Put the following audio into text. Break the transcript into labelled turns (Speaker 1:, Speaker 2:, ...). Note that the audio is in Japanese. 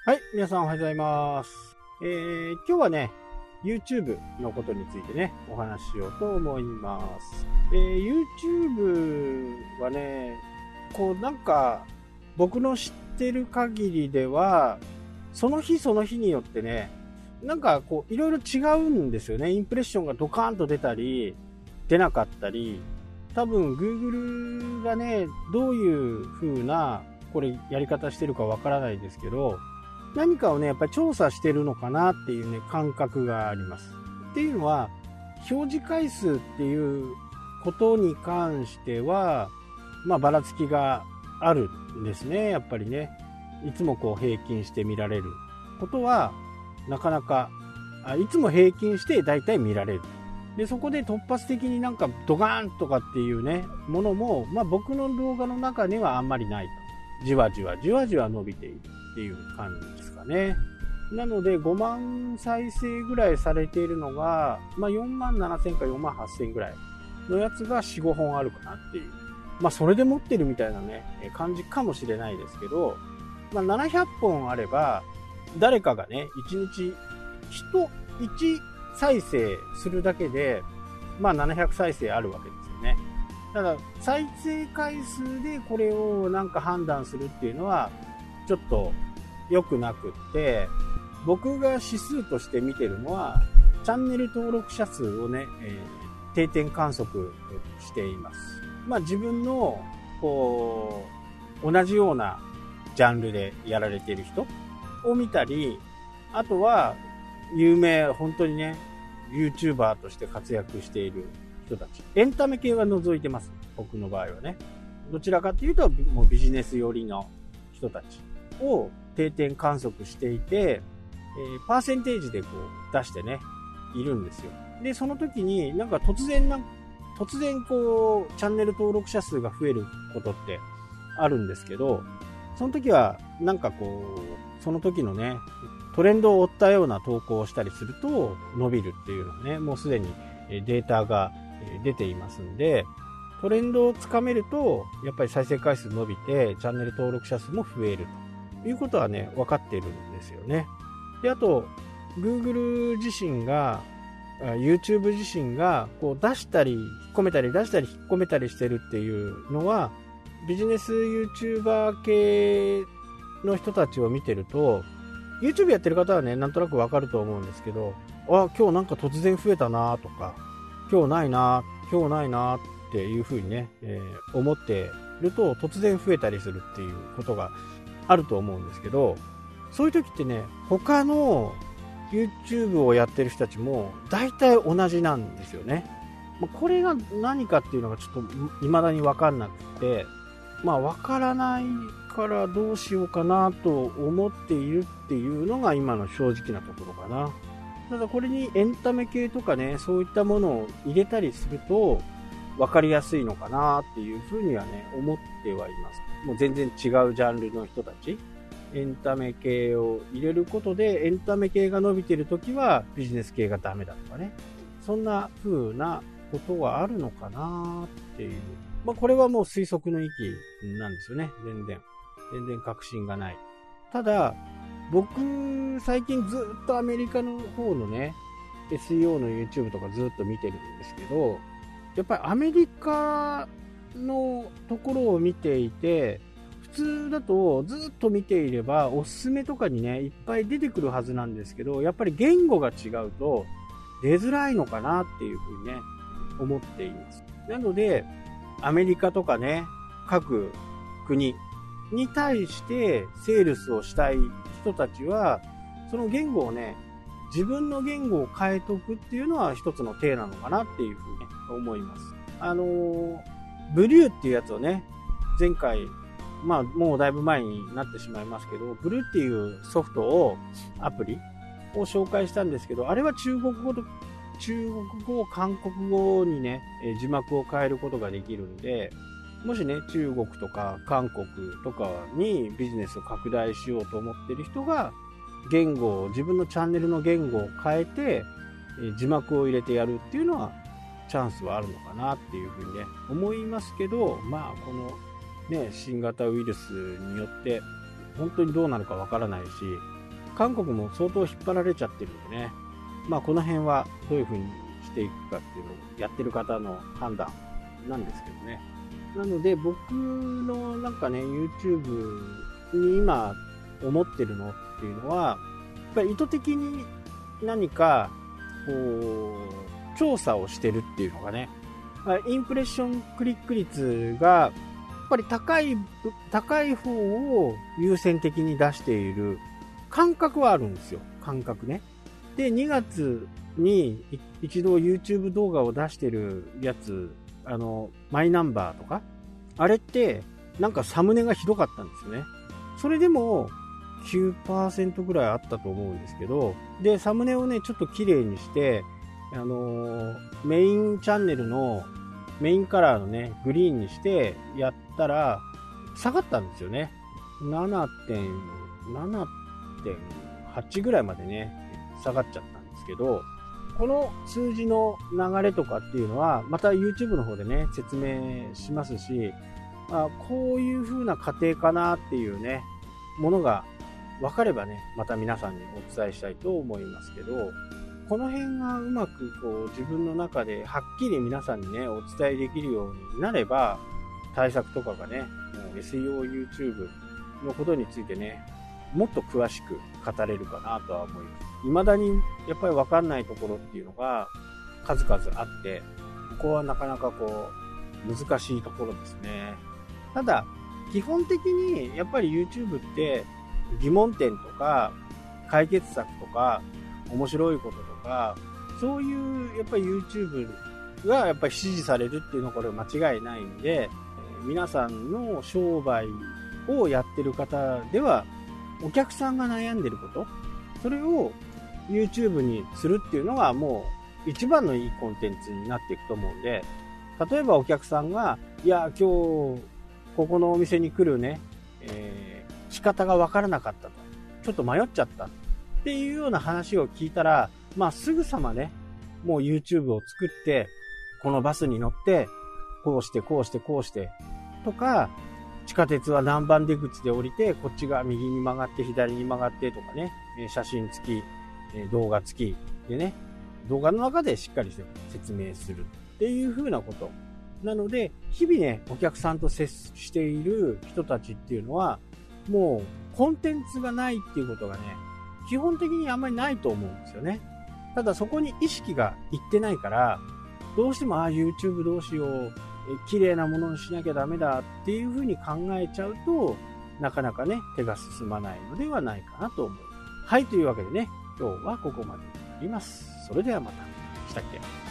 Speaker 1: はい、皆さんおはようございます。今日はね、YouTube のことについてね、お話ししようと思います。YouTube はね、なんか、僕の知ってる限りでは、その日その日によってね、なんかいろいろ違うんですよね。インプレッションがドカーンと出たり、出なかったり、多分 Google がね、どういう風な、やり方してるかわからないですけど、何かをね、やっぱり調査してるのかなっていうね、感覚があります。っていうのは、表示回数っていうことに関しては、ばらつきがあるんですね、やっぱりね。いつも平均して見られることは、なかなか、いつも平均して大体見られる。で、そこで突発的になんかドガーンとかっていうね、ものも、僕の動画の中にはあんまりないと。じわじわ伸びているっていう感じですかね。なので5万再生ぐらいされているのが、4万7千か4万8千ぐらいのやつが4、5本あるかなっていう。それで持ってるみたいなね、感じかもしれないですけど、700本あれば、誰かがね、1日1再生するだけで、700再生あるわけですよね。ただ、再生回数でこれをなんか判断するっていうのは、ちょっと良くなくって、僕が指数として見てるのは、チャンネル登録者数をね、定点観測しています。自分の、同じようなジャンルでやられている人を見たり、あとは、本当にね、YouTuber として活躍している人たち。エンタメ系は除いてます。僕の場合はね。どちらかというと、もうビジネス寄りの人たちを定点観測していて、パーセンテージで出してね、いるんですよ。で、その時になんか突然チャンネル登録者数が増えることってあるんですけど、その時はなんかその時のね、トレンドを追ったような投稿をしたりすると伸びるっていうのはね、もうすでにデータが出ていますんで、トレンドをつかめると、やっぱり再生回数伸びて、チャンネル登録者数も増えるということはね、分かっているんですよね。で、あと、Google 自身が、YouTube 自身が出したり、引っ込めたり、出したり、引っ込めたりしてるっていうのは、ビジネス YouTuber 系の人たちを見てると、YouTube やってる方はね、なんとなくわかると思うんですけど、今日なんか突然増えたなとか、今日ないなっていう風にね、思ってると突然増えたりするっていうことがあると思うんですけど、そういう時ってね、他の YouTube をやってる人たちも大体同じなんですよね。これが何かっていうのがちょっと未だにわかんなくて、わからないからどうしようかなと思っているっていうのが今の正直なところかな。ただこれにエンタメ系とかね、そういったものを入れたりすると分かりやすいのかなっていうふうにはね、思ってはいます。もう全然違うジャンルの人たち、エンタメ系を入れることで、エンタメ系が伸びてるときはビジネス系がダメだとかね、そんな風なことはあるのかなっていう。これはもう推測の域なんですよね。全然確信がない。ただ、僕、最近ずっとアメリカの方のね、SEO の YouTube とかずっと見てるんですけど、やっぱりアメリカのところを見ていて、普通だとずっと見ていればおすすめとかにね、いっぱい出てくるはずなんですけど、やっぱり言語が違うと出づらいのかなっていうふうにね、思っています。なので、アメリカとかね、各国に対してセールスをしたい人たちは、その言語をね、自分の言語を変えとくっていうのは一つの手なのかなっていうふうに思います。ブリューっていうやつをね、前回、もうだいぶ前になってしまいますけど、ブルーっていうソフトアプリを紹介したんですけど、あれは中国語、韓国語にね、字幕を変えることができるんで、もしね、中国とか韓国とかにビジネスを拡大しようと思ってる人が、自分のチャンネルの言語を変えて、字幕を入れてやるっていうのは、チャンスはあるのかなっていうふうにね、思いますけど、このね、新型ウイルスによって、本当にどうなるかわからないし、 韓国も相当引っ張られちゃってるんでね、まあこの辺はどういう風にしていくかっていうのをやってる方の判断なんですけどね。なので僕のなんかね YouTube に今思ってるのっていうのは、やっぱり意図的に何かこう調査をしてるっていうのがね、インプレッションクリック率がやっぱり高い方を優先的に出している感覚はあるんですよ。感覚ね。で、2月に一度 YouTube 動画を出してるやつ、マイナンバーとか、あれってなんかサムネがひどかったんですよね。それでも 9% ぐらいあったと思うんですけど、で、サムネをね、ちょっと綺麗にして、メインチャンネルのメインカラーのね、グリーンにしてやったら、下がったんですよね。7.8 ぐらいまでね、下がっちゃったんですけど、この数字の流れとかっていうのは、また YouTube の方でね、説明しますし、こういう風な過程かなっていうね、ものが分かればね、また皆さんにお伝えしたいと思いますけど、この辺がうまくこう自分の中ではっきり皆さんにね、お伝えできるようになれば、対策とかがね、SEO YouTube のことについてね、もっと詳しく語れるかなとは思います。未だにやっぱり分かんないところっていうのが数々あって、ここはなかなかこう難しいところですね。ただ、基本的にやっぱり YouTube って疑問点とか解決策とか面白いこととか、そういうやっぱり YouTube がやっぱり支持されるっていうのはこれは間違いないんで、皆さんの商売をやってる方ではお客さんが悩んでること、それを YouTube にするっていうのがもう一番のいいコンテンツになっていくと思うんで、例えばお客さんが、いや、今日ここのお店に来るね、仕方がわからなかったと。ちょっと迷っちゃったっていうような話を聞いたら、まあすぐさまね、もう YouTube を作って、このバスに乗って、こうしてこうしてこうしてとか、地下鉄は何番出口で降りて、こっちが右に曲がって左に曲がってとかね、写真付き、動画付きでね、動画の中でしっかり説明するっていう風なこと。なので、日々ね、お客さんと接している人たちっていうのは、もうコンテンツがないっていうことがね、基本的にあんまりないと思うんですよね。ただそこに意識がいってないから、どうしてもYouTube どうしよう、綺麗なものにしなきゃダメだっていう風に考えちゃうと、なかなかね、手が進まないのではないかなと思う。はい、というわけでね、今日はここまでになります。それではまた。したっけ？